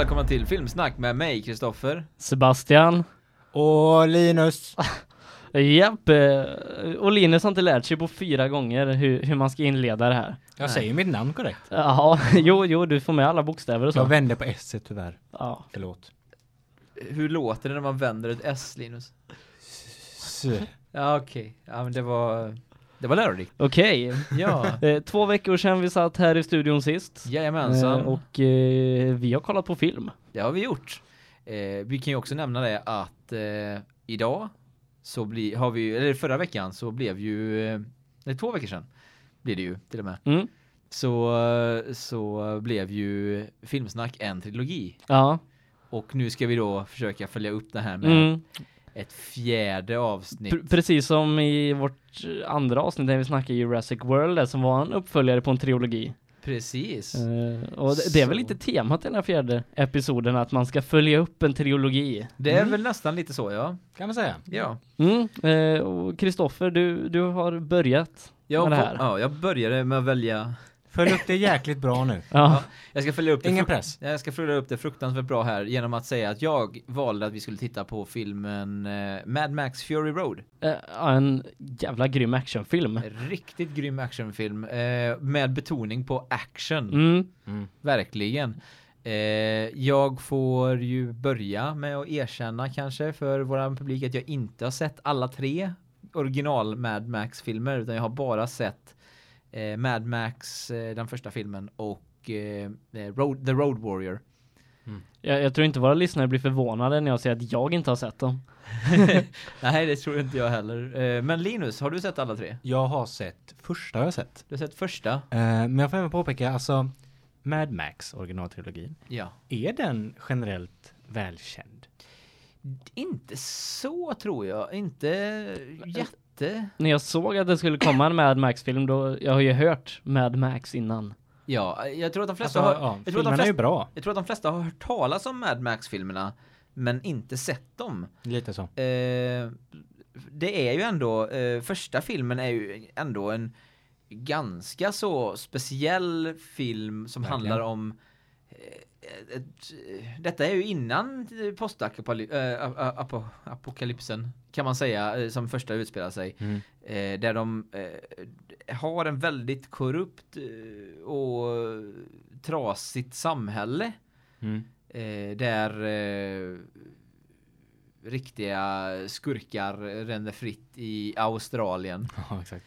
välkomna till Filmsnack med mig, Kristoffer. Sebastian. Och Linus. Japp, och Linus har inte lärt sig på 4 gånger hur man ska inleda det här. Jag säger mitt namn korrekt. Ja, jo, du får med alla bokstäver och så. Jag vände på S tyvärr. Ja. Förlåt. Hur låter det när man vänder ett S, Linus? Ja, okej. Ja, men det var lärorikt. Okej. Ja. 2 veckor sedan vi satt här i studion sist. Jajamensan. Och vi har kollat på film. Det har vi gjort. Vi kan ju också nämna det att idag så förra veckan så blev ju 2 veckor sedan blir det ju till och med. Mm. Så blev ju Filmsnack en trilogi. Ja. Och nu ska vi då försöka följa upp det här med ett 4:e avsnitt. Precis som i vårt andra avsnitt där vi snackade Jurassic World där, som var en uppföljare på en trilogi. Precis. Och det är väl lite temat i den här 4:e episoden, att man ska följa upp en trilogi. Det är väl nästan lite så, ja. Kan man säga. Ja. Och Kristoffer, du har börjat med det här. Ja, jag började med att välja. Följ upp det jäkligt bra nu. Ja. Jag ska följa upp det. Ingen press. Jag ska följa upp det fruktansvärt bra här genom att säga att jag valde att vi skulle titta på filmen Mad Max Fury Road. En jävla grym actionfilm. Riktigt grym actionfilm med betoning på action. Verkligen. Jag får ju börja med att erkänna kanske för våran publik att jag inte har sett alla 3 original Mad Max-filmer, utan jag har bara sett Mad Max, den första filmen, och The Road Warrior. Jag tror inte våra lyssnare blir förvånade när jag säger att jag inte har sett dem. Nej, det tror inte jag heller. Men Linus, har du sett alla 3? Jag har sett första jag har sett. Du har sett första? Men jag får även påpeka, alltså Mad Max originaltrilogin. Ja. Är den generellt välkänd? Inte så, tror jag. Inte jätte. När jag såg att det skulle komma en Mad Max-film, då jag har ju hört Mad Max innan. Ja, jag tror att de flesta filmerna är ju bra. Jag tror att de flesta har hört talas om Mad Max-filmerna, men inte sett dem. Lite så. Det är ju ändå, första filmen är ju ändå en ganska så speciell film som handlar om detta är ju innan apokalypsen kan man säga, som första utspelar sig. Där de har en väldigt korrupt och trasigt samhälle. Där riktiga skurkar ränner fritt i Australien. Ja, exakt.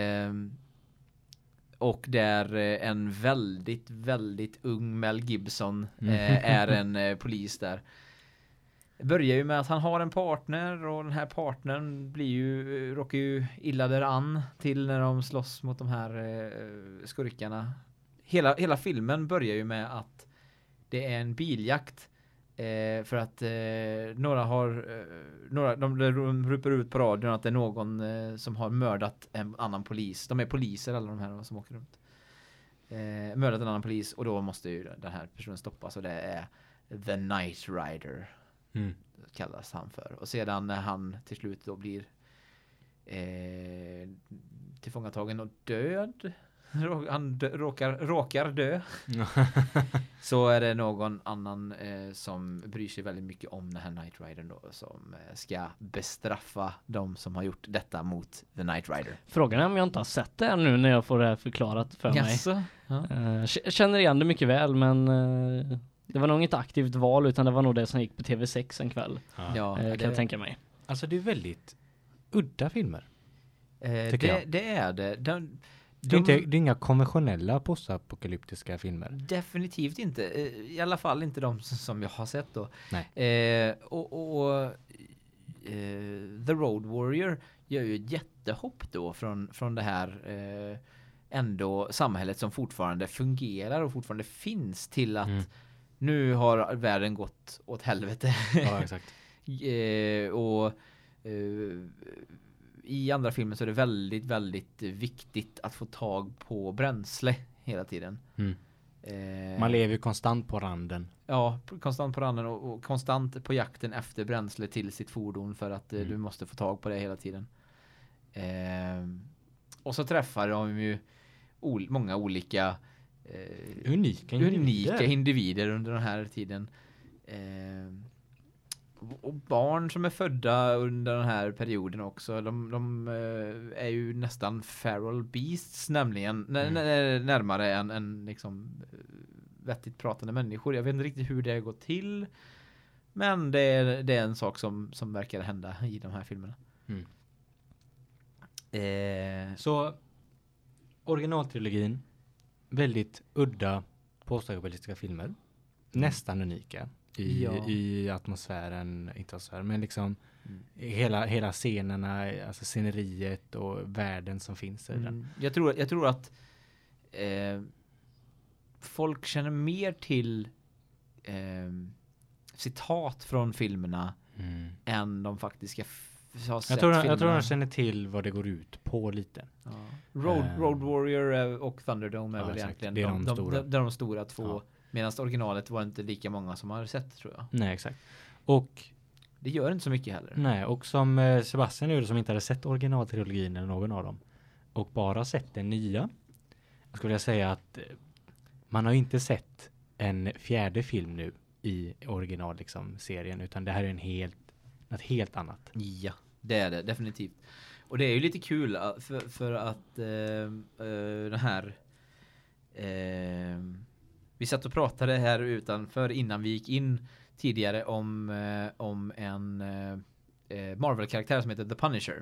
Och där en väldigt, väldigt ung Mel Gibson är en polis där. Det börjar ju med att han har en partner, och den här partnern råkar ju illa däran till när de slåss mot de här skurkarna. Hela filmen börjar ju med att det är en biljakt. För att de ropar ut på radion att det är någon som har mördat en annan polis. De är poliser, alla de här som åker runt. Mördat en annan polis, och då måste ju den här personen stoppas, och det är The Night Rider kallas han för. Och sedan när han till slut då blir tillfångatagen och död, han råkar dö, så är det någon annan som bryr sig väldigt mycket om den här Night Rider då, som ska bestraffa de som har gjort detta mot The Night Rider. Frågan är om jag inte har sett det här nu när jag får det här förklarat för mig. Ja. Känner igen det mycket väl, men det var nog inget aktivt val, utan det var nog det som gick på TV6 en kväll. Ja, kan jag tänka mig. Alltså det är väldigt udda filmer. Det är det. Det är inga konventionella postapokalyptiska filmer. Definitivt inte. I alla fall inte de som jag har sett då. Nej. The Road Warrior gör ju ett jättehopp då från det här ändå samhället som fortfarande fungerar och fortfarande finns, till att nu har världen gått åt helvete. Ja, exakt. I andra filmer så är det väldigt, väldigt viktigt att få tag på bränsle hela tiden. Man lever ju konstant på randen. Ja, konstant på randen och konstant på jakten efter bränsle till sitt fordon, för att du måste få tag på det hela tiden. Och så träffar de ju många olika unika individer under den här tiden. och barn som är födda under den här perioden också, de är ju nästan feral beasts nämligen, närmare än liksom vettigt pratande människor. Jag vet inte riktigt hur det går till, men det är en sak som verkar hända i de här filmerna. Så originaltrilogin, väldigt udda postapokalyptiska filmer, nästan unika i atmosfären, inte atmosfär, men liksom hela scenerna, alltså sceneriet och världen som finns i den. Jag tror att folk känner mer till citat från filmerna än de faktiska har sett filmerna. Jag tror de känner till vad det går ut på lite. Ja. Road Warrior och Thunderdome är väl egentligen det är de stora två. Ja. Medan originalet var inte lika många som har sett, tror jag. Nej, exakt. Och det gör inte så mycket heller. Nej, och som Sebastian gjorde, som inte hade sett originaltrilogin eller någon av dem och bara sett den nya, jag skulle vilja säga att man har inte sett en fjärde film nu i original liksom, serien, utan det här är något helt annat. Ja, det är det definitivt. Och det är ju lite kul för att den här vi satt och pratade här utanför innan vi gick in tidigare om en Marvel-karaktär som heter The Punisher.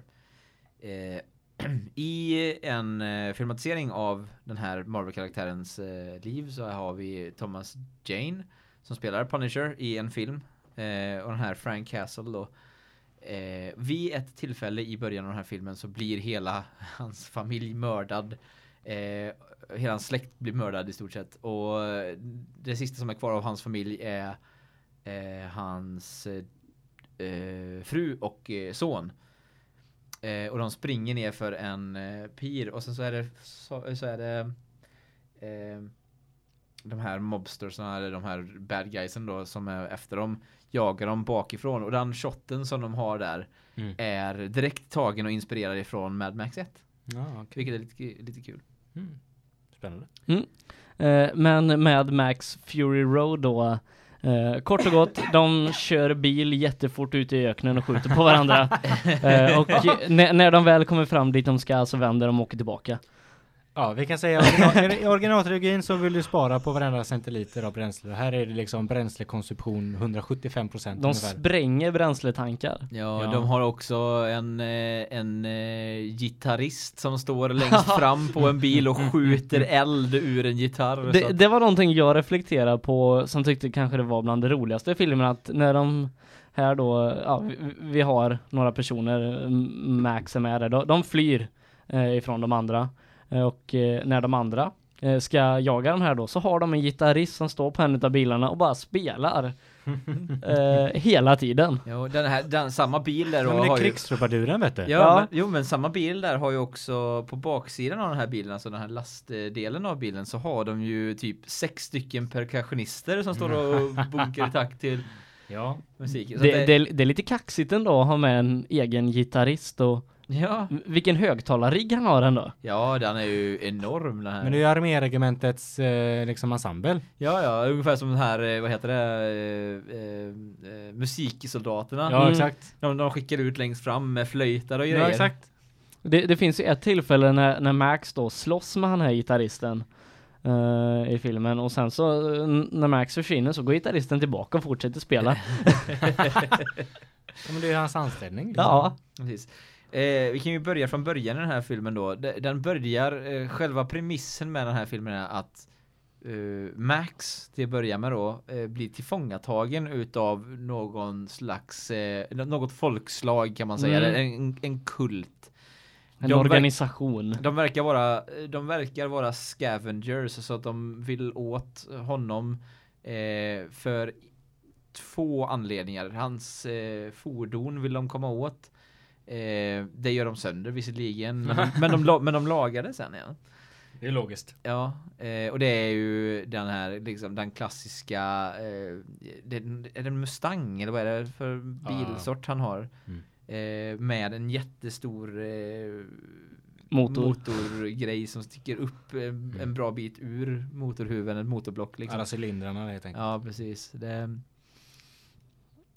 I en filmatisering av den här Marvel-karaktärens liv så har vi Thomas Jane som spelar Punisher i en film. Och den här Frank Castle då. Vid ett tillfälle i början av den här filmen så blir hela hans familj mördad. Hela hans släkt blir mördad i stort sett. Och det sista som är kvar av hans familj är hans fru och son. Och de springer ner för en pir. Och sen så är det de här mobstersna, eller de här bad guysen då, som är efter dem, jagar dem bakifrån. Och den shotten som de har där är direkt tagen och inspirerad ifrån Mad Max 1. Okay. Vilket är lite kul. Spännande. Men Mad Max Fury Road då, kort och gott, de kör bil jättefort ut i öknen och skjuter på varandra. Och när de väl kommer fram dit de ska, så vänder de och åker tillbaka. Ja, vi kan säga i originaltrilogin så vill du spara på varenda centiliter av bränsle. Här är det liksom bränslekonsumtion 175%. De spränger bränsletankar. Ja, de har också en gitarrist som står längst fram på en bil och skjuter eld ur en gitarr. Det var någonting jag reflekterade på, som tyckte kanske det var bland det roligaste i filmen, att när de här då, vi har några personer, Max är med där, de flyr ifrån de andra. Och när de andra ska jaga de här då, så har de en gitarrist som står på en av bilarna och bara spelar hela tiden. Jo, samma bil där har ju krigstrubaduren, vet du. Ja. Men samma bil där har ju också på baksidan av den här bilen, alltså den här lastdelen av bilen, så har de ju typ 6 stycken percussionister som står och bunkar i takt till musiken. Så det är lite kaxigt ändå att ha med en egen gitarrist. Och vilken högtalarrigg han har ändå. Ja, den är ju enorm den här. Men det är ju arméregementets liksom ensemble. Ja, ungefär som den här, vad heter det, musiksoldaterna. Ja, exakt. De skickar ut längst fram med flöjtar och grejer. Ja, exakt. Det finns ju ett tillfälle när Max då slåss med han här gitarristen i filmen, och sen så när Max försvinner så går gitarristen tillbaka och fortsätter spela. Men det är hans anställning. Liksom. Ja, precis. Vi kan ju börja från början i den här filmen då. Den börjar, själva premissen med den här filmen är att Max till att börja med då blir tillfångatagen utav någon slags något folkslag kan man säga, en kult. En organisation. De verkar vara scavengers, så att de vill åt honom för 2 anledningar. Hans fordon vill de komma åt. Det gör de sönder visserligen, men de lagar det sen igen. Det är logiskt. Ja, och det är ju den här liksom den klassiska är det en Mustang eller vad är det för bilsort han har? Med en jättestor motorgrej som sticker upp en bra bit ur motorhuven, ett motorblock liksom. Alla cylindrarna helt enkelt. Ja, precis.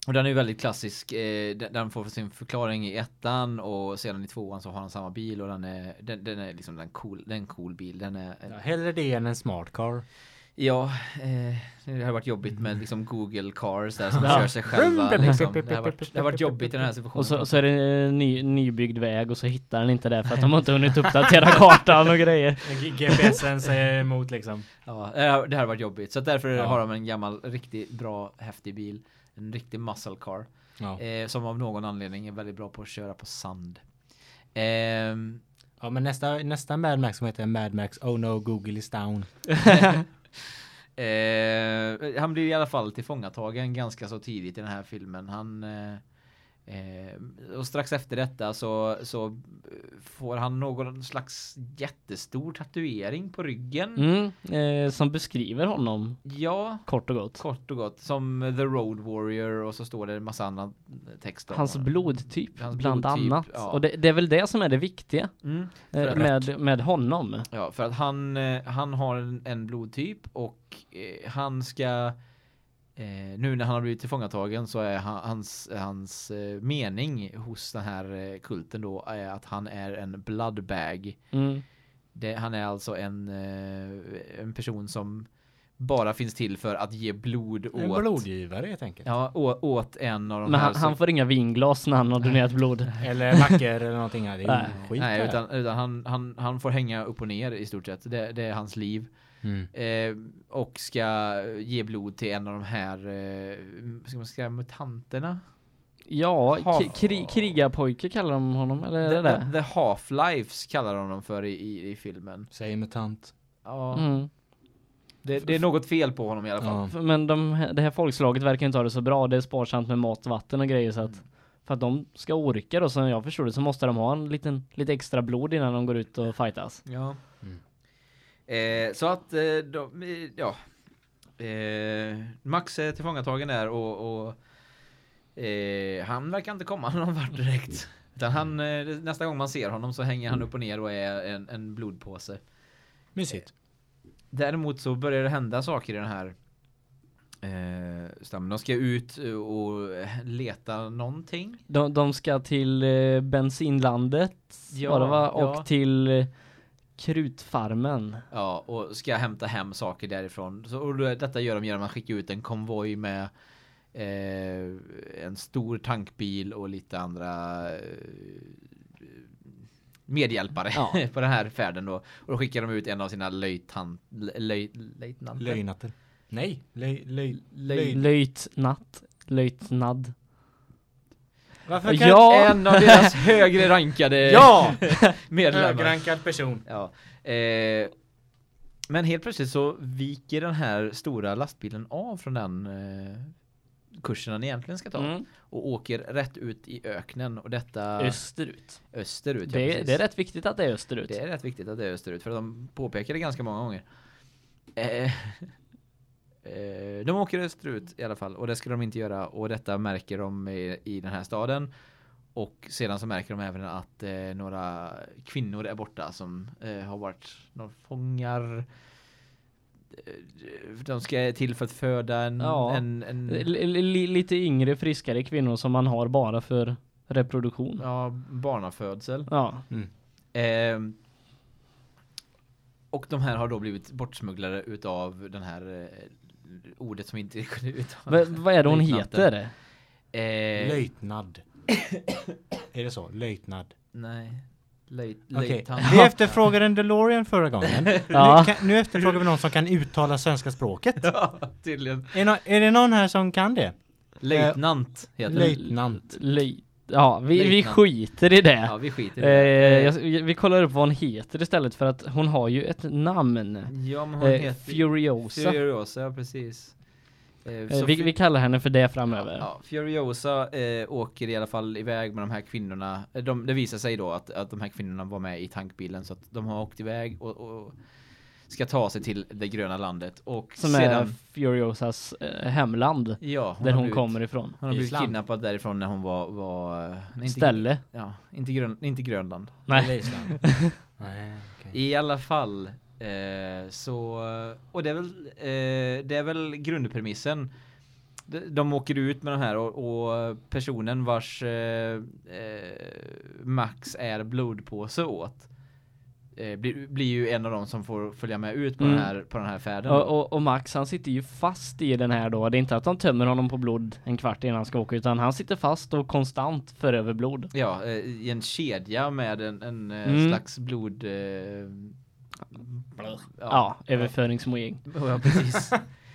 Och den är ju väldigt klassisk. Den får sin förklaring i 1:an och sedan i 2:an så har han samma bil och den är liksom den cool bil. Den är hellre det än en smart car. Ja, det har varit jobbigt med liksom Google Cars där som kör sig själva. Liksom. Det har varit jobbigt i den här situationen. Och så är det en nybyggd väg och så hittar den inte det för att de har inte hunnit uppdatera kartan och grejer. GPSen säger emot liksom. Ja, det här har varit jobbigt. Så därför har de en gammal, riktigt bra, häftig bil. En riktig muscle car. Ja. Som av någon anledning är väldigt bra på att köra på sand. Ja, men nästa Mad Max som heter Mad Max Oh No, Google is down. Han blir i alla fall tillfångatagen ganska så tidigt i den här filmen. Och strax efter detta så får han någon slags jättestor tatuering på ryggen. Som beskriver honom. Ja, kort och gott. Som The Road Warrior och så står det en massa annan text om hans blodtyp bland annat. Ja. Och det är väl det som är det viktiga med honom. Ja, för att han har en blodtyp och han ska nu när han har blivit tillfångatagen så är hans mening hos den här kulten då är att han är en bloodbag. Han är alltså en person som bara finns till för att ge blod åt... En blodgivare helt enkelt. Ja, åt en av de men här... Men han får inga vinglas när han har donerat blod. Eller mackor eller någonting. Det är skit. Nej, utan han får hänga upp och ner i stort sett. Det är hans liv. Och ska ge blod till en av de här ska man säga mutanterna. Ja, krigarpojke kallar de honom eller The Half-Lives kallar de honom för i filmen. Säger mutant. Ja. Det är något fel på honom i alla fall. Ja. Men det här folkslaget verkar inte ha det så bra. Det är sparsamt med mat, vatten och grejer så att för att de ska orka då, som jag förstår det, så måste de ha lite extra blod innan de går ut och fightas. Ja. Så att Max är tillfångatagen där och han verkar inte komma någon vart direkt. Utan nästa gång man ser honom så hänger han upp och ner och är en blodpåse. Mysigt. Däremot så börjar det hända saker i den här stammen. De ska ut och leta någonting. De ska till bensinlandet och till krutfarmen. Ja, och ska hämta hem saker därifrån. Och detta gör de genom att skicka ut en konvoj med en stor tankbil och lite andra medhjälpare på den här färden då. Och då skickar de ut en av sina löjtnanter. Nej, löjtnad. Varför kan en av deras högre rankade medlemmar. Högrankad person. Ja. Men helt plötsligt så viker den här stora lastbilen av från den kursen den egentligen ska ta och åker rätt ut i öknen och detta österut. Det är rätt viktigt att det är österut. Det är rätt viktigt att det är österut för de påpekar det ganska många gånger. De åker österut i alla fall och det ska de inte göra och detta märker de i den här staden och sedan så märker de även att några kvinnor är borta som har varit några fångar. De ska till för att föda lite yngre, friskare kvinnor som man har bara för reproduktion. Ja, barnafödsel. Ja. Och de här har då blivit bortsmugglade utav den här ordet som inte kunde uttala. Vad är det hon heter? Löjtnad. Är det så? Löjtnad. Nej. Vi efterfrågade en DeLorean förra gången. Nu efterfrågar vi någon som kan uttala svenska språket. Ja, tydligen. Är det någon här som kan det? Löjtnant heter det. Löjtnant. Vi skiter i det. Ja, vi skiter i det. Vi kollar upp vad hon heter istället för att hon har ju ett namn. Ja, men hon heter Furiosa. Furiosa, ja, precis. Vi kallar henne för det framöver. Ja, Furiosa åker i alla fall iväg med de här kvinnorna. Det visar sig då att de här kvinnorna var med i tankbilen så att de har åkt iväg och ska ta sig till det gröna landet. Och som sedan är Furiosas hemland. Ja, där hon kommer ifrån. Hon har blivit kidnappad därifrån när hon var ställe. Ja, inte Grönland. Nej. Nej, okay. I alla fall så och det är väl grundpremissen de åker ut med de här och personen vars Max är blodpåse åt blir ju en av dem som får följa med ut på den här färden. Och Max, han sitter ju fast i den här då. Det är inte att de tömmer honom på blod en kvart innan han ska åka, utan han sitter fast och konstant för över blod. Ja, i en kedja med en slags blod... överföringsmojäng. Ja, precis.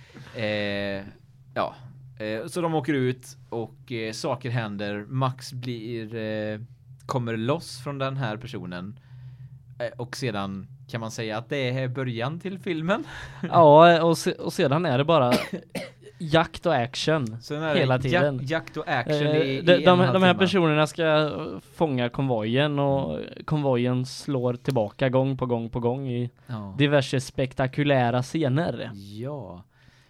Så de åker ut och saker händer. Max kommer loss från den här personen. Och sedan kan man säga att det är början till filmen. Ja, och sedan är det bara jakt och action hela tiden. Jakt och action de här personerna ska fånga konvojen, och konvojen slår tillbaka gång på gång i diverse spektakulära scener. Ja.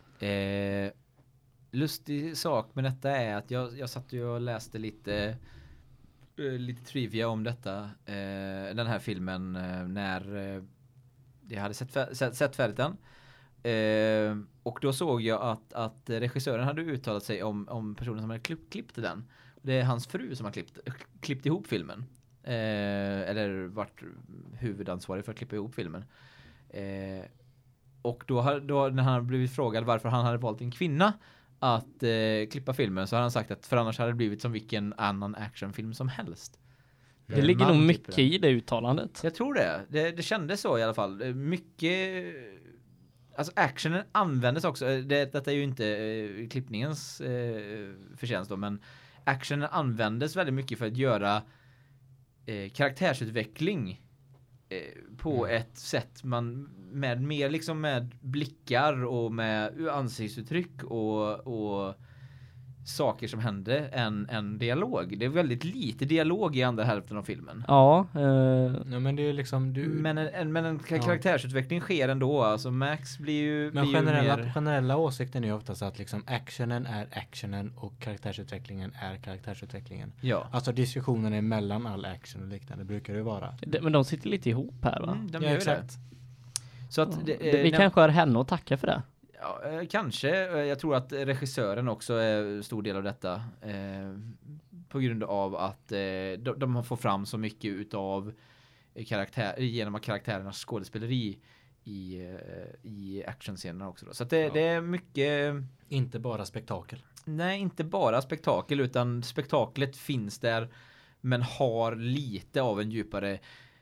Lustig sak med detta är att jag satt ju och läste lite trivia om detta, den här filmen, när jag hade sett färdigt den. Och då såg jag att regissören hade uttalat sig om personen som hade klippt den. Det är hans fru som har klippt ihop filmen. Eller varit huvudansvarig för att klippa ihop filmen. Och då när han blivit frågad varför han hade valt en kvinna att klippa filmen, så har han sagt att för annars hade det blivit som vilken annan actionfilm som helst. Det ligger nog mycket i det uttalandet. Jag tror det kändes så i alla fall. Mycket, alltså actionen användes också. Detta är ju inte klippningens förtjänst då, men actionen användes väldigt mycket för att göra karaktärsutveckling på ett sätt med mer liksom med blickar och med ansiktsuttryck och saker som hände än dialog. Det är väldigt lite dialog i andra hälften av filmen. Ja, men det är liksom men en karaktärsutveckling sker ändå. Alltså Max blir ju generella åsikten är ju oftast att liksom actionen är actionen och karaktärsutvecklingen är karaktärsutvecklingen. Ja. Alltså diskussionen är mellan all action och liknande brukar det vara. Men de sitter lite ihop här, va? De gör exakt. Det. Så att vi kanske har henne att tacka för det. Ja, kanske. Jag tror att regissören också är stor del av detta. På grund av att de får fram så mycket utav genom karaktärernas skådespeleri i actionscenerna också då. Så att det är mycket... Inte bara spektakel. Nej, inte bara spektakel, utan spektaklet finns där men har lite av en djupare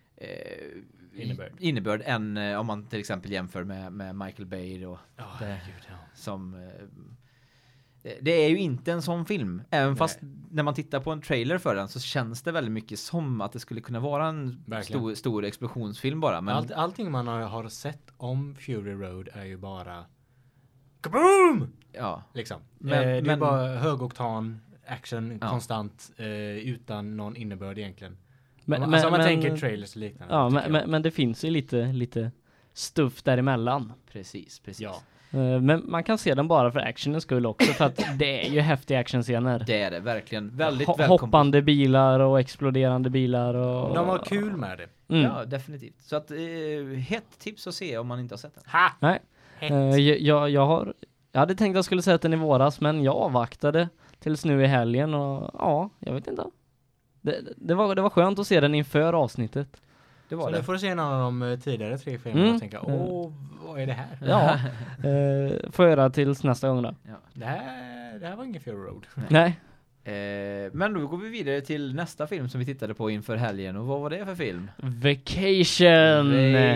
innebörd än om man till exempel jämför med Michael Bay och som det är ju inte en sån film, även fast när man tittar på en trailer för den så känns det väldigt mycket som att det skulle kunna vara en stor explosionsfilm bara, men allting man har sett om Fury Road är ju bara kaboom! Ja, liksom. Det är bara högoktan action konstant utan någon innebörd egentligen. Men man tänker trailers och liknande. Ja, men det finns ju lite stuff däremellan. Precis. Ja. Men man kan se den bara för actionens skull också, för att det är ju häftiga actionscener. Det är det, verkligen. Väldigt hoppande bilar och exploderande bilar. Och de har kul med det. Ja, definitivt. Så att hett tips att se om man inte har sett den. Nej. Jag hade tänkt att jag skulle säga den i våras, men jag avvaktade tills nu i helgen och jag vet inte. Det var skönt att se den inför avsnittet. Det var så det. Nu får du se en av de tidigare 3 filmerna och tänka, vad är det här? Ja, får jag göra tills nästa gång då. Ja. Det här var ingen Fury Road. Nej. Men då går vi vidare till nästa film som vi tittade på inför helgen. Och vad var det för film? Vacation.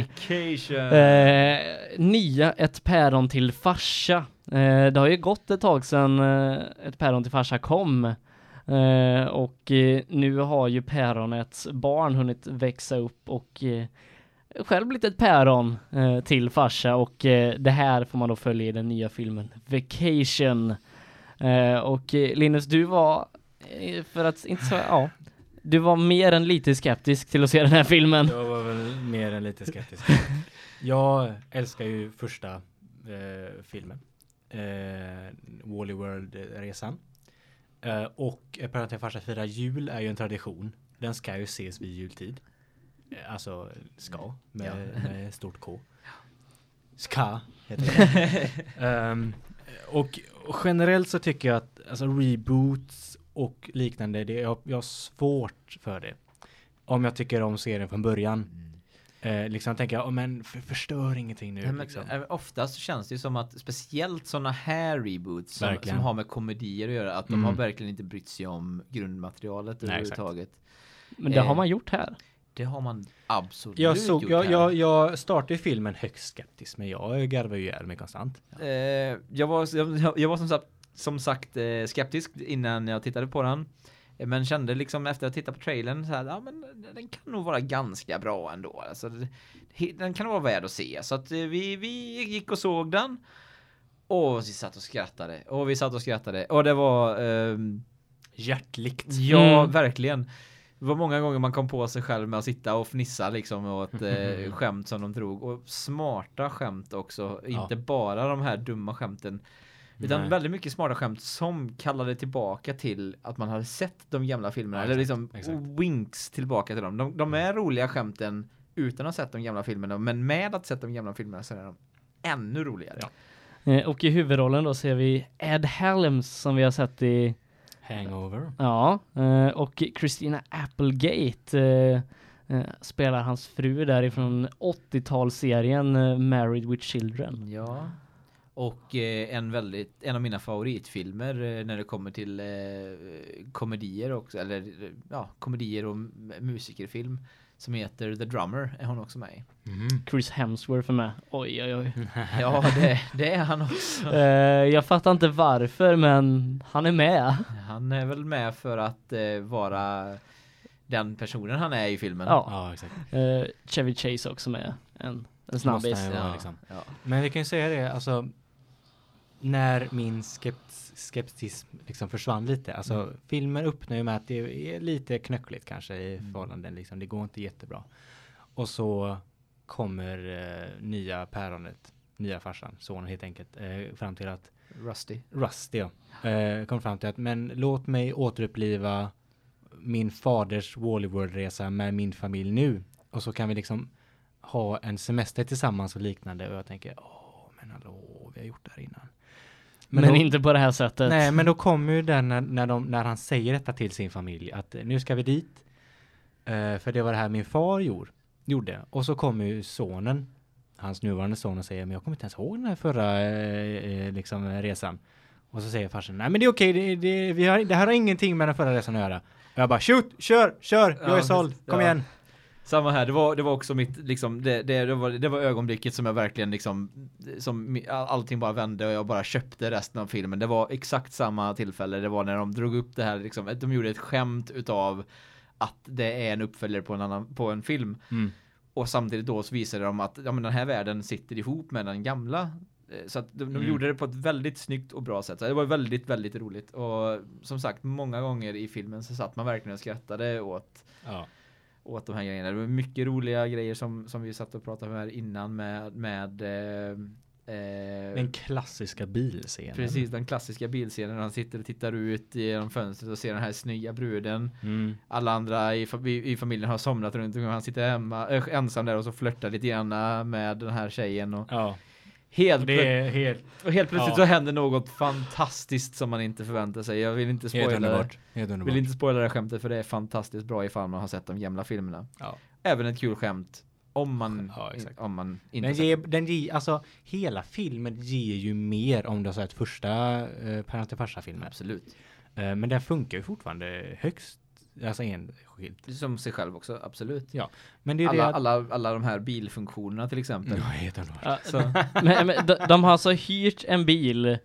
Nya Ett päron till farsa. Det har ju gått ett tag sedan Ett päron till farsa kom. Och nu har ju päronets barn hunnit växa upp och själv blivit ett päron till farsa, och det här får man då följa i den nya filmen Vacation. Och Linus, du var du var mer än lite skeptisk till att se den här filmen. Jag var väl mer än lite skeptisk. Jag älskar ju första filmen, Wally World-resan. Och Ett päron till farsa firar jul är ju en tradition. Den ska ju ses vid jultid. Alltså med stort K. Ska heter det. Och generellt så tycker jag att alltså, reboots och liknande, jag har svårt för det. Om jag tycker om serien från början. Liksom tänker jag, men förstör ingenting nu. Ja, men, liksom. oftast känns det ju som att speciellt såna här reboots som har med komedier att göra, att de har verkligen inte brytt sig om grundmaterialet överhuvudtaget. Men det har man gjort här. Det har man absolut gjort här. Jag startade filmen högst skeptisk, men jag garvar ju ihjäl mig konstant. Jag var som sagt skeptisk innan jag tittade på den. Men kände liksom efter att titta på trailern så här, ja men den kan nog vara ganska bra ändå. Alltså, den kan vara värd att se. Så att vi gick och såg den. Och vi satt och skrattade. Och det var hjärtligt. Ja, verkligen. Det var många gånger man kom på sig själv med att sitta och fnissa liksom åt skämt som de drog. Och smarta skämt också. Inte bara de här dumma skämten. Utan väldigt mycket smarta skämt som kallade tillbaka till att man hade sett de gamla filmerna. Eller liksom winks tillbaka till dem. De är roliga skämten utan att ha sett de gamla filmerna. Men med att ha sett de gamla filmerna så är de ännu roligare. Ja. Och i huvudrollen då ser vi Ed Helms som vi har sett i Hangover. Ja, och Christina Applegate spelar hans fru därifrån 80-talsserien Married with Children. Ja. Och en av mina favoritfilmer när det kommer till komedier också, eller komedier och musikerfilm som heter The Drummer är hon också med i. Chris Hemsworth för mig. Oj. Ja, det är han också. Jag fattar inte varför, men han är med. Han är väl med för att vara den personen han är i filmen. Ja exakt. Chevy Chase också med. En snabbis. Liksom. Ja. Men vi kan ju säga det, alltså när min skeptism liksom försvann lite. Alltså filmen öppnar ju med att det är lite knöckligt kanske i förhållanden. Liksom. Det går inte jättebra. Och så kommer nya farsan, sonen helt enkelt, fram till att Rusty, ja. Kom fram till att, men låt mig återuppliva min faders Wally World-resa med min familj nu. Och så kan vi liksom ha en semester tillsammans och liknande. Och jag tänker, men hallå, vi har gjort det här innan. Men då, inte på det här sättet. Nej, men då kommer ju den när han säger detta till sin familj. Att nu ska vi dit. För det var det här min far gjorde. Och så kommer ju sonen, hans nuvarande son, och säger, men jag kommer inte ens ihåg den här förra resan. Och så säger farsan, nej men det är okej. Det här har ingenting med den förra resan att göra. Och jag bara, kör, jag är såld, kom igen. Samma här, det var också mitt liksom, det var ögonblicket som jag verkligen liksom, som allting bara vände och jag bara köpte resten av filmen. Det var exakt samma tillfälle, det var när de drog upp det här liksom, de gjorde ett skämt utav att det är en uppföljare på en film. Och samtidigt då så visade de att den här världen sitter ihop med den gamla. Så att de gjorde det på ett väldigt snyggt och bra sätt. Så det var väldigt, väldigt roligt. Och som sagt, många gånger i filmen så satt man verkligen och skrattade åt de här grejerna. Det var mycket roliga grejer som vi satt och pratade om här innan med den klassiska bilscenen. Precis, den klassiska bilscenen när han sitter och tittar ut genom fönstret och ser den här snygga bruden. Alla andra i familjen har somnat runt och han sitter hemma ensam där och så flörtar lite grann med den här tjejen och helt plötsligt så händer något fantastiskt som man inte förväntar sig. Jag vill inte spoila vill inte spoila det skämtet, för det är fantastiskt bra ifall man har sett de gamla filmerna. Även ett kul skämt om man inte alltså hela filmen ger ju mer om du har sett första Parent till farsa-filmen. Absolut. Men den funkar ju fortfarande högst, alltså enskilt. Som sig själv också, absolut. Ja. Men det är alla de här bilfunktionerna till exempel. Men de har alltså hyrt en bil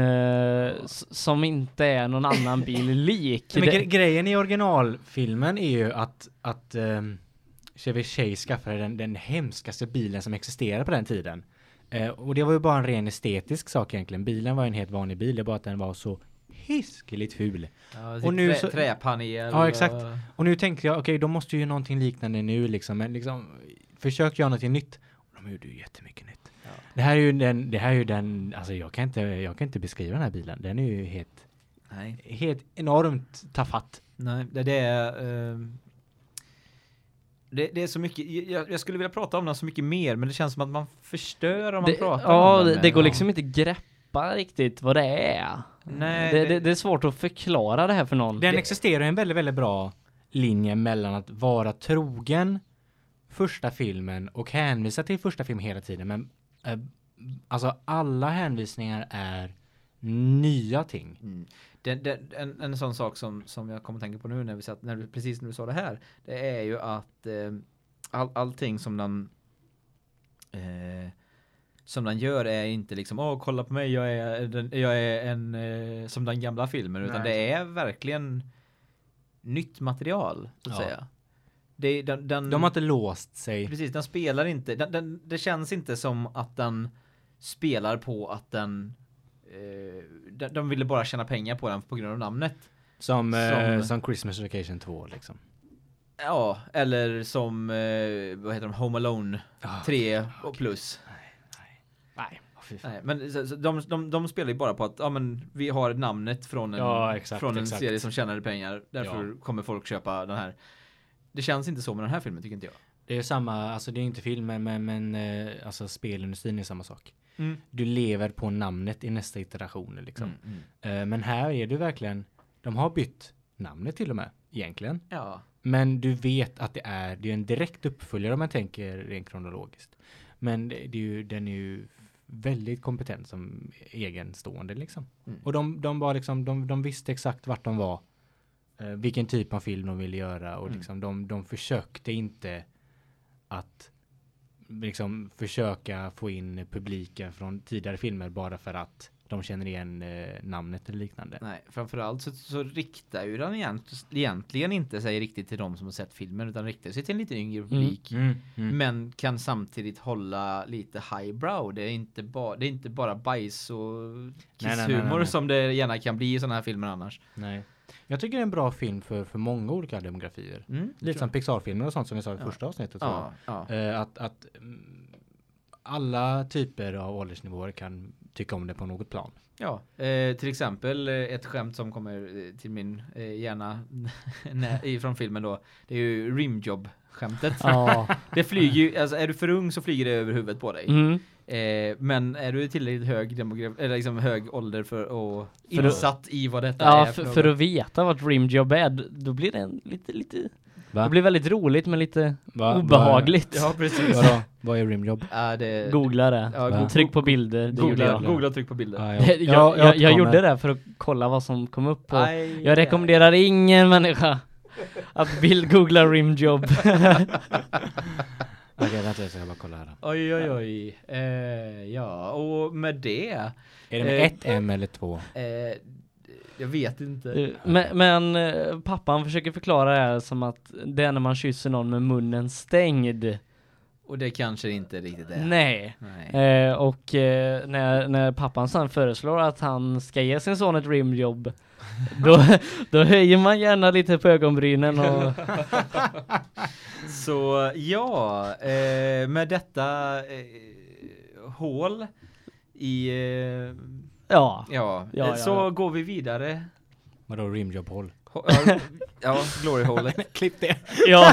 som inte är någon annan bil lik. Men grejen i originalfilmen är ju att Chevy Chase skaffade den hemskaste bilen som existerade på den tiden. Och det var ju bara en ren estetisk sak egentligen. Bilen var en helt vanlig bil, det var att den var så hiskeligt ful. Och nu träpanel. Ja, exakt. Och nu tänkte jag, okej, de måste ju någonting liknande nu liksom, men liksom försök göra något nytt. Och de gjorde ju jättemycket nytt. Ja. Det här är ju den alltså jag kan inte beskriva den här bilen. Den är ju helt enormt tafatt. Nej, det är så mycket, jag skulle vilja prata om den så mycket mer, men det känns som att man förstör om man pratar om den. Det går liksom inte greppa greppa riktigt vad det är. Nej, Det är svårt att förklara det här för någon. Den existerar en väldigt, väldigt bra linje mellan att vara trogen första filmen och hänvisa till första filmen hela tiden. Men alltså alla hänvisningar är nya ting. En sån sak som jag kommer att tänka på nu precis när du sa det här, det är ju att allting som den gör är inte liksom kolla på mig, jag är en som den gamla filmen, utan det är verkligen nytt material så att säga. De har inte låst sig. Precis, den spelar inte det känns inte som att den spelar på att de ville bara tjäna pengar på den på grund av namnet. Som Christmas Vacation 2 liksom. Ja, eller som vad heter de, Home Alone 3 och plus. Nej. Nej, men de spelar ju bara på att men vi har namnet från en serie som tjänar pengar, därför kommer folk köpa den här. Det känns inte så med den här filmen, tycker inte jag. Det är samma, alltså det är inte filmen men alltså spelindustrin är samma sak. Du lever på namnet i nästa iteration liksom. Men här är det verkligen, de har bytt namnet till och med egentligen. Ja. Men du vet att det är en direkt uppföljare om man tänker rent kronologiskt. Men den är ju väldigt kompetent som egenstående liksom. Och de var liksom, de visste exakt vart de var. Vilken typ av film de ville göra och liksom de försökte inte att liksom försöka få in publiken från tidigare filmer bara för att de känner igen namnet eller liknande. Nej, framförallt så riktar ju den egentligen inte sig riktigt till de som har sett filmen, utan riktar sig till en lite yngre publik. Men kan samtidigt hålla lite highbrow. Det är inte bara bajs och kisshumor som det gärna kan bli i sådana här filmer annars. Nej. Jag tycker det är en bra film för många olika demografier. Lite som Pixar-filmer och sånt som vi sa i första avsnittet. Att alla typer av åldersnivåer kan tycka om det på något plan. Ja, till exempel ett skämt som kommer till min hjärna från filmen då. Det är ju rimjob-skämtet. Det flyger ju, alltså är du för ung så flyger det över huvudet på dig. Men är du tillräckligt hög eller liksom hög ålder för att insatt i vad detta är för att veta vad rimjob är, då blir det lite det blir väldigt roligt men lite obehagligt. Ja, precis. Vad är rimjob? Googla det. Tryck på bilder. Googla tryck på bilder. Jag gjorde det för att kolla vad som kom upp. Jag rekommenderar ingen människa att googla rimjob. Okej, vänta, jag ska bara kolla här. Oj. Ja, och med det... Är det med ett M eller två? Jag vet inte. Men pappan försöker förklara det här som att det är när man kysser någon med munnen stängd. Och det kanske inte riktigt är. Nej. Och när pappan sen föreslår att han ska ge sin son ett rimjobb, då höjer man gärna lite på ögonbrynen. Och så ja, med detta hål i... Ja, så går vi vidare. Vadå rimjobb-hål? Ja, glory-hålet. Klipp det. Ja.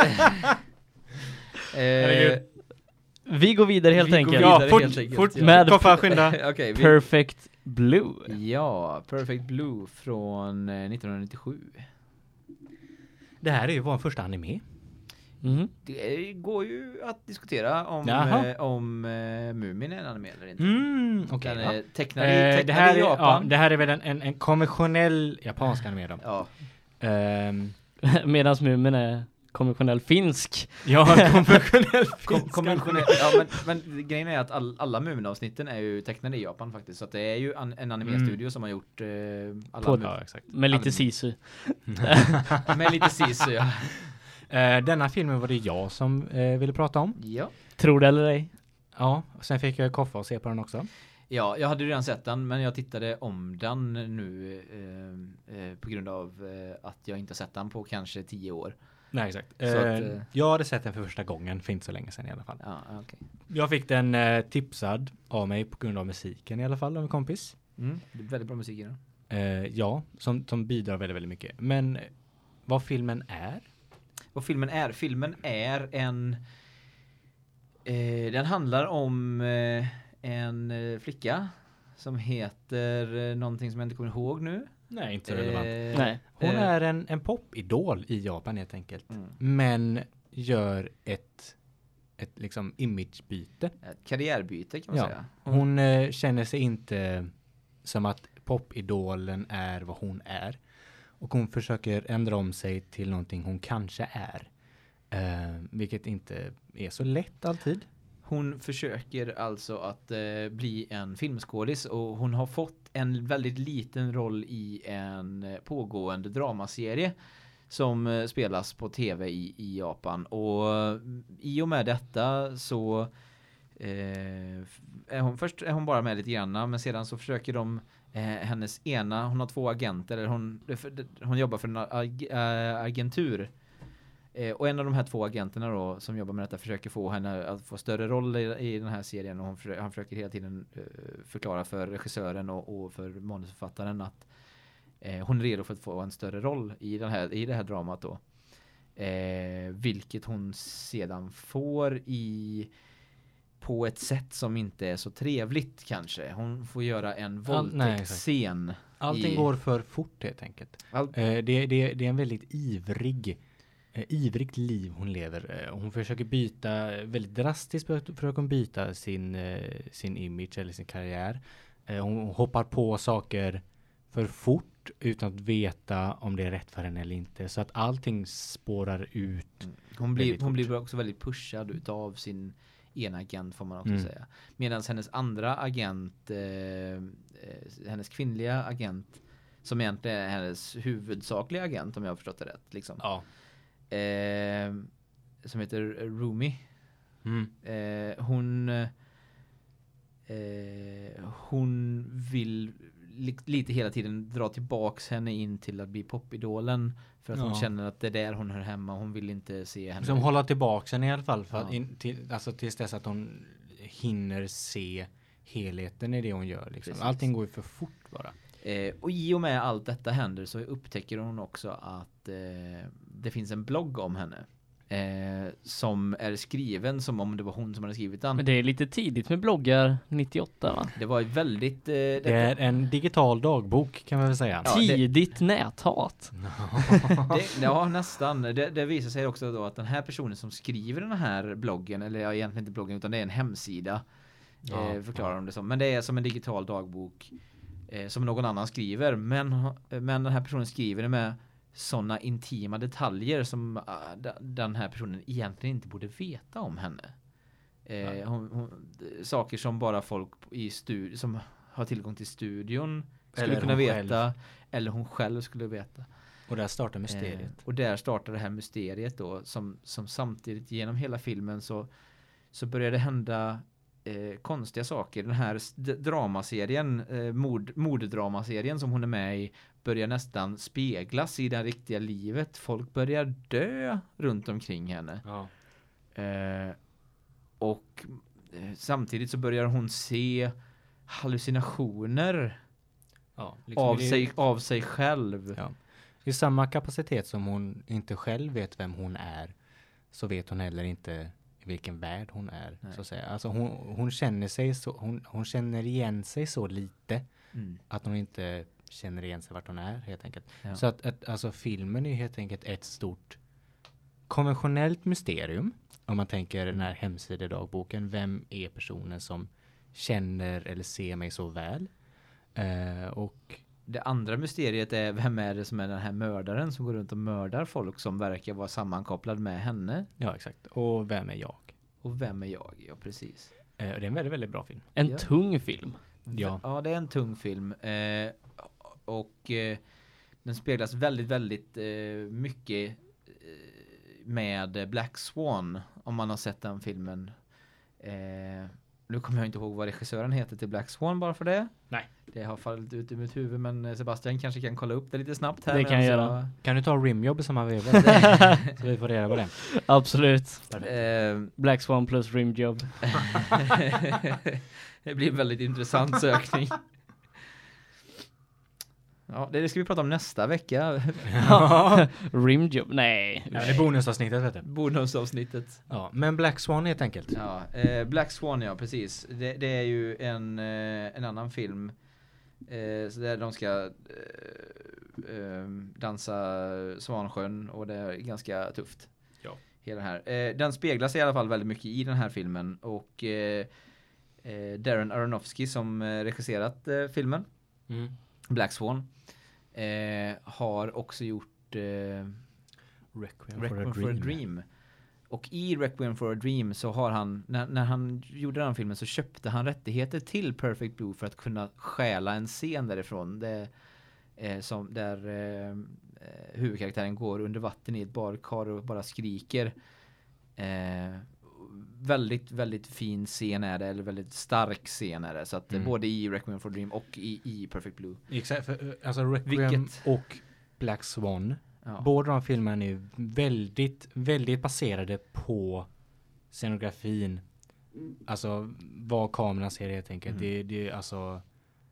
Vi går vidare helt enkelt. Fort. Med skynda. Okay, Perfect Blue. Ja, Perfect Blue från 1997. Det här är ju vår första anime. Det går ju att diskutera om Mumin är en anime eller inte. Okay, den är tecknad i Japan. Det här är väl en konventionell japansk anime då. Ja. Medan Mumin är konventionell finsk. Ja, konventionell finsk. Ja, men grejen är att alla Mumin-avsnitten är ju tecknade i Japan faktiskt. Så att det är ju en anime-studio som har gjort alla exakt. Med lite sisu. Med lite sisu, ja. Denna filmen var det jag som ville prata om. Ja. Tror det eller ej? Ja, sen fick jag koffa och se på den också. Ja, jag hade redan sett den, men jag tittade om den nu på grund av att jag inte sett den på kanske 10 år. Nej, exakt. Jag hade sett den för första gången för inte så länge sedan i alla fall. Ja, okay. Jag fick den tipsad av mig på grund av musiken i alla fall av en kompis. Det är väldigt bra musik i den. Ja, som bidrar väldigt, väldigt mycket. Men vad filmen är? Filmen är en... den handlar om en flicka som heter någonting som jag inte kommer ihåg nu. Nej, inte så relevant. Nej. Hon är en popidol i Japan helt enkelt. Men gör ett liksom imagebyte. Ett karriärbyte kan man säga. Hon känner sig inte som att popidolen är vad hon är. Och hon försöker ändra om sig till någonting hon kanske är. Vilket inte är så lätt alltid. Hon försöker alltså att bli en filmskådis och hon har fått en väldigt liten roll i en pågående dramaserie som spelas på tv i Japan. Och i och med detta så är hon bara med lite grann, men sedan så försöker de hennes hon har 2 agenter, eller hon jobbar för en agentur. Och en av de här 2 agenterna då som jobbar med detta försöker få henne att få större roll i den här serien, och han försöker hela tiden förklara för regissören och för manusförfattaren att hon är redo för att få en större roll i det här dramat då. Vilket hon sedan får på ett sätt som inte är så trevligt kanske. Hon får göra en våldtäktsscen. Allting går för fort helt enkelt. Det är en väldigt ivrigt liv hon lever. Hon försöker byta väldigt drastiskt, försöker hon byta sin image eller sin karriär. Hon hoppar på saker för fort utan att veta om det är rätt för henne eller inte. Så att allting spårar ut. Hon blir också väldigt pushad utav sin ena agent får man också säga. Medan hennes andra agent, hennes kvinnliga agent, som egentligen är hennes huvudsakliga agent om jag har förstått det rätt. Liksom. Ja. Som heter Rumi. Hon vill lite hela tiden dra tillbaks henne in till att bli popidolen för att hon känner att det är där hon hör hemma. Hon vill inte se henne. Som håller tillbaks henne i alla fall för att tills dess att hon hinner se helheten i det hon gör. Liksom. Allting går ju för fort bara. Och i och med allt detta händer så upptäcker hon också att det finns en blogg om henne. Som är skriven som om det var hon som hade skrivit den. Men det är lite tidigt med bloggar 98 va? Det var väldigt... det är en digital dagbok kan man väl säga. Ja, tidigt näthat. Ja, nästan. Det visar sig också då att den här personen som skriver den här bloggen, eller egentligen inte bloggen utan det är en hemsida, förklarar de det som. Men det är som en digital dagbok som någon annan skriver. Men den här personen skriver det med sådana intima detaljer som den här personen egentligen inte borde veta om henne. Saker som bara folk som har tillgång till studion skulle kunna veta, eller hon själv skulle veta. Och där startar mysteriet. Och där startar det här mysteriet då som samtidigt genom hela filmen så börjar det hända konstiga saker. Den här dramaserien, morddramaserien som hon är med i börjar nästan speglas i det riktiga livet. Folk börjar dö runt omkring henne. Ja. Och samtidigt så börjar hon se hallucinationer liksom av sig själv. Ja. I samma kapacitet som hon inte själv vet vem hon är, så vet hon heller inte vilken värld hon är. Så att säga. Alltså hon känner sig hon känner igen sig så lite att hon inte känner igen sig vart hon är helt enkelt. Ja. Så att alltså filmen är helt enkelt ett stort konventionellt mysterium. Om man tänker den här hemsidedagboken, vem är personen som känner eller ser mig så väl? Och det andra mysteriet är vem är det som är den här mördaren som går runt och mördar folk som verkar vara sammankopplad med henne. Ja, exakt. Och vem är jag? Ja, precis. Det är en väldigt, väldigt bra film. En tung film. Ja, det är en tung film. Och den speglas väldigt, väldigt mycket med Black Swan, om man har sett den filmen. Nu kommer jag inte ihåg vad regissören heter till Black Swan bara för det. Nej. Det har fallit ut i mitt huvud, men Sebastian kanske kan kolla upp det lite snabbt här. Det kan jag göra. Kan du ta rimjobb som han vill? Så vi får reda på det. Absolut. Black Swan plus rimjobb. Det blir en väldigt intressant sökning. Ja, det ska vi prata om nästa vecka. Rimjob, nej. Ja, det är bonusavsnittet, vet du. Bonusavsnittet. Ja, men Black Swan helt enkelt. Ja, Black Swan, ja, precis. Det är ju en annan film. Så där de ska dansa Svansjön, och det är ganska tufft. Ja. Hela här. Den speglas i alla fall väldigt mycket i den här filmen, och Darren Aronofsky som regisserat filmen Black Swan har också gjort Requiem for a Dream. Och i Requiem for a Dream så har han, när han gjorde den filmen, så köpte han rättigheter till Perfect Blue för att kunna stjäla en scen därifrån. Där huvudkaraktären går under vatten i ett badkar och bara skriker. Väldigt, väldigt fin scen är det, eller väldigt stark scen är det. Så att både i Requiem for a Dream och i Perfect Blue. Exakt, alltså Requiem och Black Swan. Ja. Båda de filmerna är väldigt, väldigt baserade på scenografin. Alltså vad kameran ser helt enkelt. Det är alltså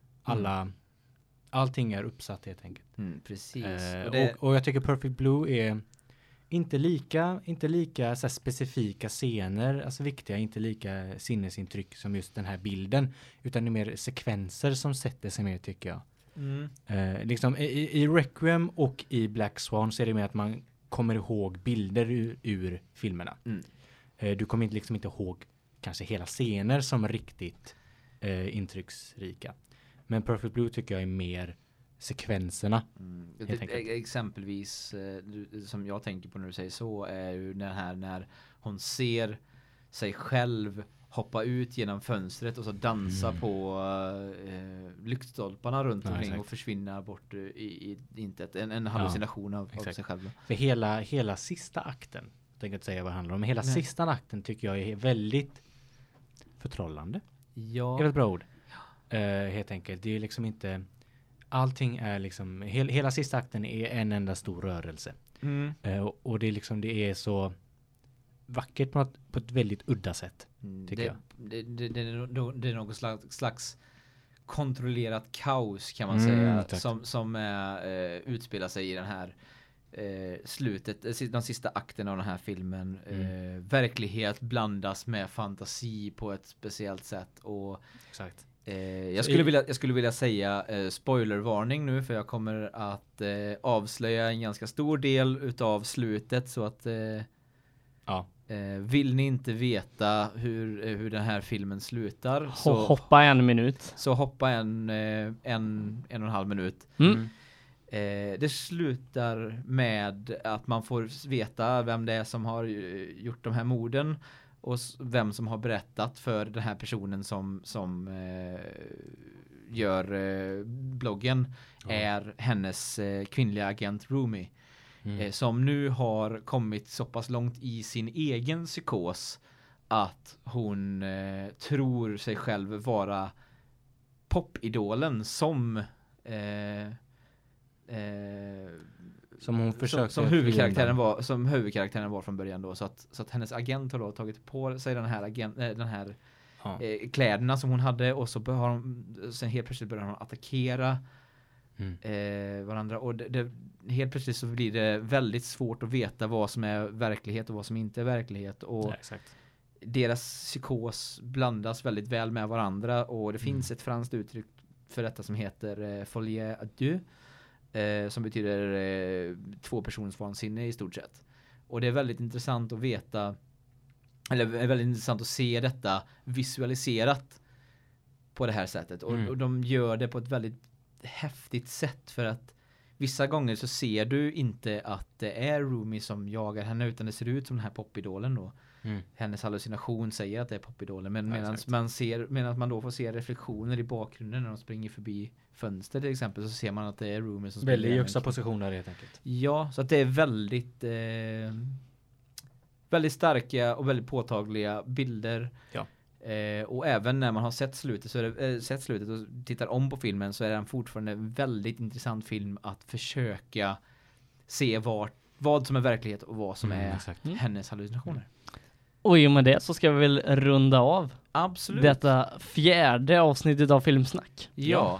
allting är uppsatt helt enkelt. Precis. Och jag tycker Perfect Blue är inte lika så här specifika scener, alltså viktiga, inte lika sinnesintryck som just den här bilden, utan det är mer sekvenser som sätter sig mer, tycker jag. Liksom i Requiem och i Black Swan så är det mer att man kommer ihåg bilder ur filmerna. Du kommer liksom inte ihåg kanske hela scener som riktigt intrycksrika. Men Perfect Blue tycker jag är mer sekvenserna. Exempelvis som jag tänker på när du säger så, är ju den här när hon ser sig själv hoppa ut genom fönstret och så dansa på lyktstolparna runt omkring och försvinna bort i intet. En hallucination av sig själv. För hela sista akten, jag tänker inte säga vad det handlar om, men hela sista akten tycker jag är väldigt förtrollande. Ja. Det är ett bra ord. Helt enkelt. Det är liksom inte, allting är liksom, hela sista akten är en enda stor rörelse. Och det är liksom, det är så vackert på ett väldigt udda sätt, tycker jag. Det är något slags kontrollerat kaos, kan man säga, som utspelar sig i den här slutet, den sista akten av den här filmen. Verklighet blandas med fantasi på ett speciellt sätt, och exakt. Jag skulle vilja säga spoilervarning nu, för jag kommer att avslöja en ganska stor del utav slutet, så att vill ni inte veta hur den här filmen slutar, så hoppa en minut. Så hoppa en och en halv minut. Det slutar med att man får veta vem det är som har gjort de här morden, och vem som har berättat för den här personen som gör bloggen är hennes kvinnliga agent Rumi. Som nu har kommit så pass långt i sin egen psykos att hon tror sig själv vara popidolen som hon försökte som huvudkaraktären var från början då, så att hennes agent har då tagit på sig den här kläderna som hon hade, och så sen helt plötsligt börjar de attackera varandra, och helt plötsligt så blir det väldigt svårt att veta vad som är verklighet och vad som inte är verklighet, och deras psykos blandas väldigt väl med varandra, och det finns ett franskt uttryck för detta som heter folie à deux, som betyder tvåpersonsvansinne i stort sett. Och det är väldigt intressant att veta, eller väldigt intressant att se detta visualiserat på det här sättet. Och de gör det på ett väldigt häftigt sätt, för att vissa gånger så ser du inte att det är Rumi som jagar henne, utan det ser ut som den här popidolen då. Hennes hallucination säger att det är popidolen, men medan man då får se reflektioner i bakgrunden när de springer förbi fönster till exempel, så ser man att det är Rumi som väldigt i högsta position där helt enkelt. Ja, så att det är väldigt väldigt starka och väldigt påtagliga bilder. Ja. Och även när man har sett slutet och tittar om på filmen, så är den fortfarande en väldigt intressant film att försöka se vad som är verklighet och vad som är hennes hallucinationer. Och i och med det så ska vi väl runda av detta 4:e avsnittet av Filmsnack. Ja.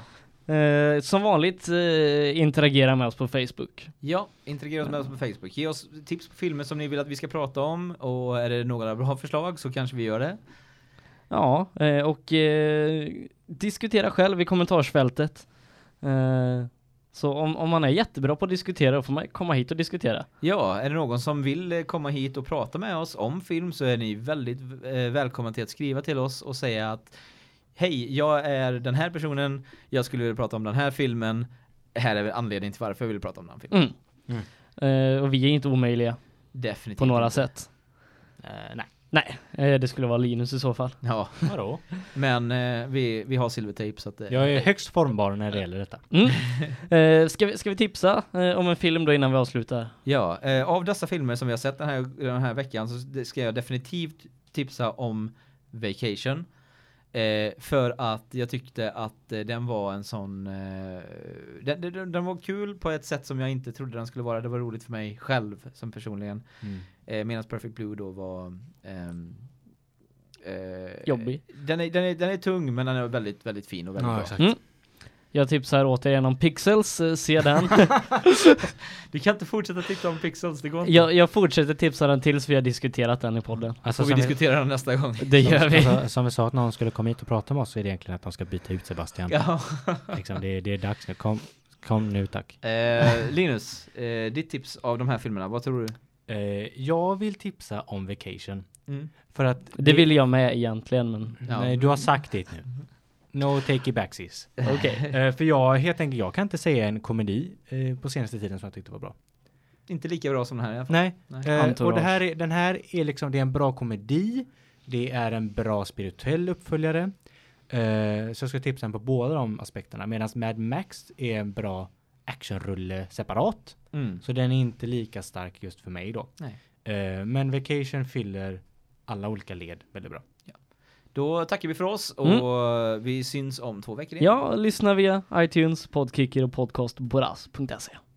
Som vanligt interagera med oss på Facebook. Ja, interagera med oss på Facebook. Ge oss tips på filmer som ni vill att vi ska prata om. Och är det några bra förslag så kanske vi gör det. Ja, och diskutera själv i kommentarsfältet. Så om man är jättebra på att diskutera, då får man komma hit och diskutera. Ja, är det någon som vill komma hit och prata med oss om film så är ni väldigt välkomna till att skriva till oss och säga att hej, jag är den här personen, jag skulle vilja prata om den här filmen. Här är anledningen till varför jag vill prata om den filmen. Och vi är inte omöjliga. Definitivt på några inte. sätt. Nej, det skulle vara Linus i så fall. Ja, Vadå? men vi har silvertejp så att Jag är högst formbar när det gäller detta. Ska vi tipsa om en film då innan vi avslutar? Ja, av dessa filmer som vi har sett den här veckan så ska jag definitivt tipsa om Vacation. För att jag tyckte att den var en sån den var kul på ett sätt som jag inte trodde den skulle vara. Det var roligt för mig själv som personligen. Medan Perfect Blue då var jobbig. Den är tung men den är väldigt väldigt fin och väldigt bra. Exakt. Jag tipsar återigen om Pixels, se den. Du kan inte fortsätta tipsa om Pixels, det går inte. Jag fortsätter tipsa den tills vi har diskuterat den i podden. Alltså, och vi diskuterar den nästa gång. Det gör vi. Alltså, som vi sa att någon skulle komma hit och prata med oss så är det egentligen att de ska byta ut Sebastian. Ja. Liksom, det är dags nu. Kom nu, tack. Linus, ditt tips av de här filmerna, vad tror du? Jag vill tipsa om Vacation. För att Det vill jag med egentligen, men Nej, du har sagt det nu. No take it backsies. okej. För jag kan inte säga en komedi på senaste tiden som jag tyckte var bra. Inte lika bra som den här i alla fall. Nej. Och den här är liksom, det är en bra komedi. Det är en bra spirituell uppföljare. Så jag ska tipsa en på båda de aspekterna. Medan Mad Max är en bra actionrulle separat. Så den är inte lika stark just för mig då. Nej. Men Vacation fyller alla olika led väldigt bra. Ja. Då tackar vi för oss och vi syns om 2 veckor igen. Ja, lyssna via iTunes, Podkicker och podcastboras.se.